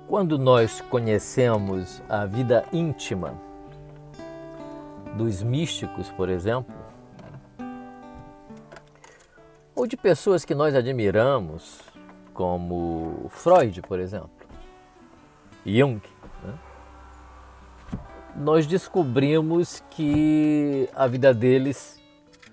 Quando nós conhecemos a vida íntima dos místicos, por exemplo, ou de pessoas que nós admiramos, como Freud, por exemplo, Jung, né? Nós descobrimos que a vida deles,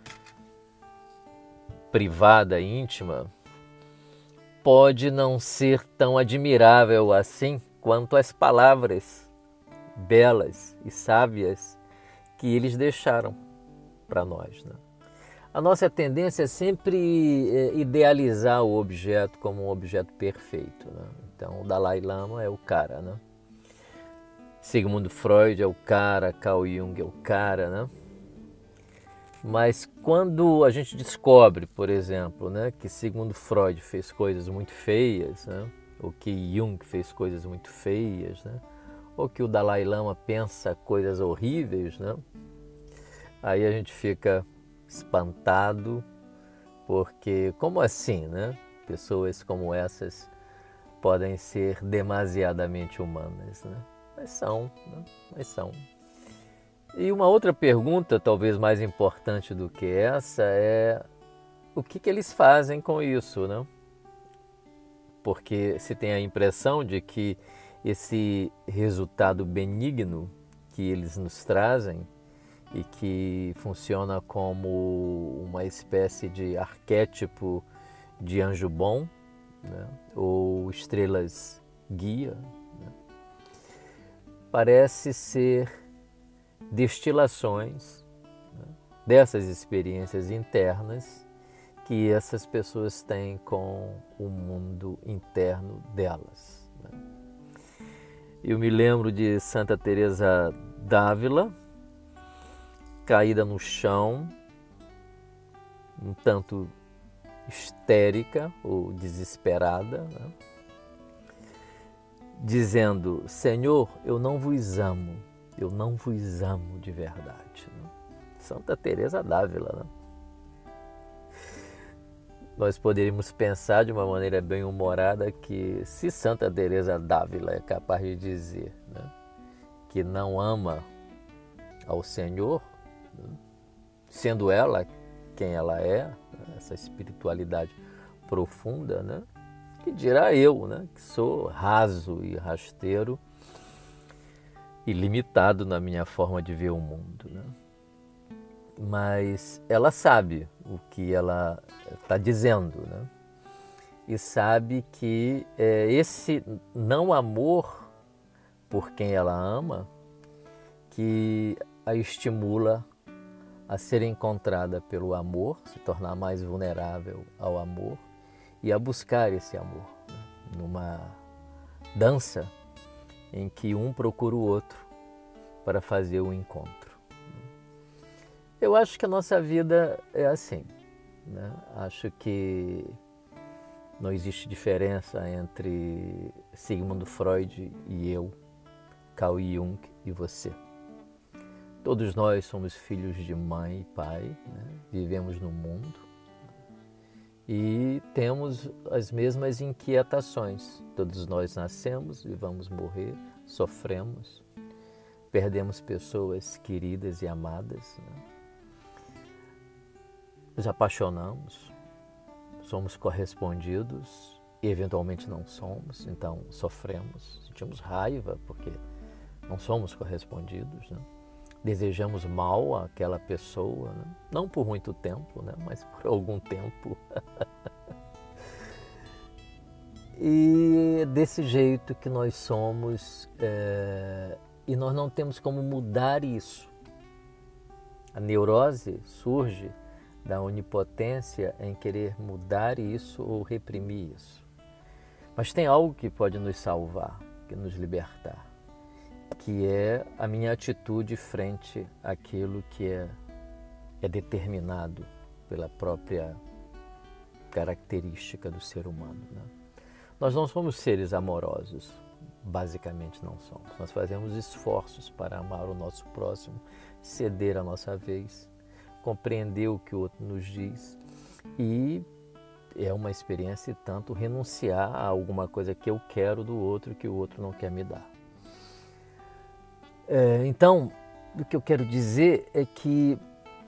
privada, íntima, pode não ser tão admirável assim quanto as palavras belas e sábias que eles deixaram para nós, né? A nossa tendência é sempre idealizar o objeto como um objeto perfeito, né? Então, o Dalai Lama é o cara, né? Sigmund Freud é o cara, Carl Jung é o cara, né? Mas quando a gente descobre, por exemplo, né, que Sigmund Freud fez coisas muito feias, né, ou que Jung fez coisas muito feias, né, ou que o Dalai Lama pensa coisas horríveis, né, aí a gente fica espantado, porque como assim, né? Pessoas como essas podem ser demasiadamente humanas, né? Mas são, né? Mas são. E uma outra pergunta, talvez mais importante do que essa, é o que eles fazem com isso, né? Porque se tem a impressão de que esse resultado benigno que eles nos trazem e que funciona como uma espécie de arquétipo de anjo bom, né? Ou estrelas guia, né? Parece ser destilações, né, dessas experiências internas que essas pessoas têm com o mundo interno delas, né? Eu me lembro de Santa Teresa d'Ávila, caída no chão, um tanto histérica ou desesperada, né, dizendo: Senhor, eu não vos amo de verdade, né? Santa Teresa d'Ávila, né? Nós poderíamos pensar de uma maneira bem humorada que se Santa Teresa d'Ávila é capaz de dizer, né, que não ama ao Senhor, né, sendo ela quem ela é, essa espiritualidade profunda, né, que dirá eu, né, que sou raso e rasteiro e limitado na minha forma de ver o mundo, né? Mas ela sabe o que ela está dizendo, né? E sabe que esse não amor por quem ela ama que a estimula a ser encontrada pelo amor, se tornar mais vulnerável ao amor e a buscar esse amor, né, numa dança em que um procura o outro para fazer o encontro. Eu acho que a nossa vida é assim, né? Acho que não existe diferença entre Sigmund Freud e eu, Carl Jung e você. Todos nós somos filhos de mãe e pai, né? Vivemos no mundo e temos as mesmas inquietações. Todos nós nascemos e vamos morrer, sofremos, perdemos pessoas queridas e amadas, né? Nos apaixonamos, somos correspondidos e eventualmente não somos, então sofremos, sentimos raiva porque não somos correspondidos, né? Desejamos mal àquela pessoa, né? Não por muito tempo, né? Mas por algum tempo. E desse jeito que nós somos, e nós não temos como mudar isso. A neurose surge da onipotência em querer mudar isso ou reprimir isso. Mas tem algo que pode nos salvar, que nos libertar, que é a minha atitude frente àquilo que é determinado pela própria característica do ser humano, né? Nós não somos seres amorosos, basicamente não somos. Nós fazemos esforços para amar o nosso próximo, ceder a nossa vez, compreender o que o outro nos diz e é uma experiência e tanto renunciar a alguma coisa que eu quero do outro que o outro não quer me dar. Então, o que eu quero dizer é que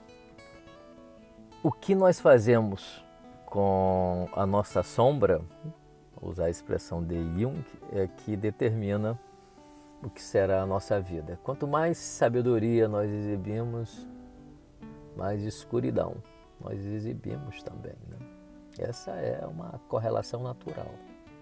o que nós fazemos com a nossa sombra, usar a expressão de Jung, é que determina o que será a nossa vida. Quanto mais sabedoria nós exibimos, mais escuridão nós exibimos também, né? Essa é uma correlação natural.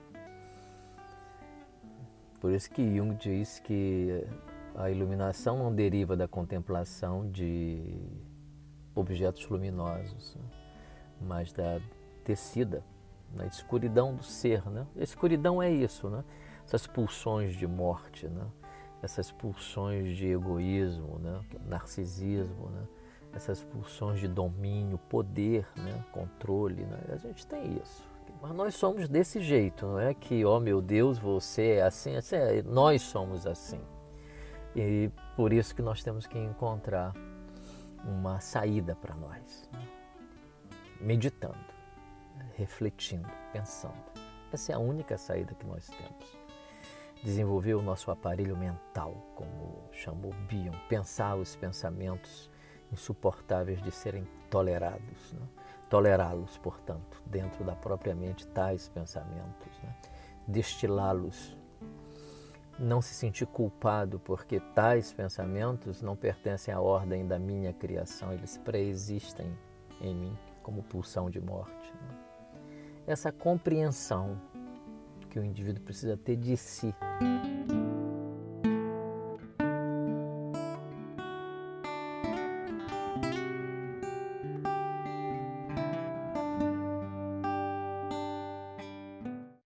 Por isso que Jung diz que a iluminação não deriva da contemplação de objetos luminosos, né? Mas da descida, na escuridão do ser, né? A escuridão é isso, né? Essas pulsões de morte, né? Essas pulsões de egoísmo, né? Narcisismo, né? Essas pulsões de domínio, poder, né? Controle, né? A gente tem isso. Mas nós somos desse jeito, não é que, oh meu Deus, você é assim, nós somos assim. E por isso que nós temos que encontrar uma saída para nós, né? Meditando, refletindo, pensando. Essa é a única saída que nós temos. Desenvolver o nosso aparelho mental, como chamou Bion, pensar os pensamentos insuportáveis de serem tolerados, né? Tolerá-los, portanto, dentro da própria mente, tais pensamentos, né? Destilá-los, não se sentir culpado porque tais pensamentos não pertencem à ordem da minha criação, eles preexistem em mim como pulsão de morte, né? Essa compreensão que o indivíduo precisa ter de si.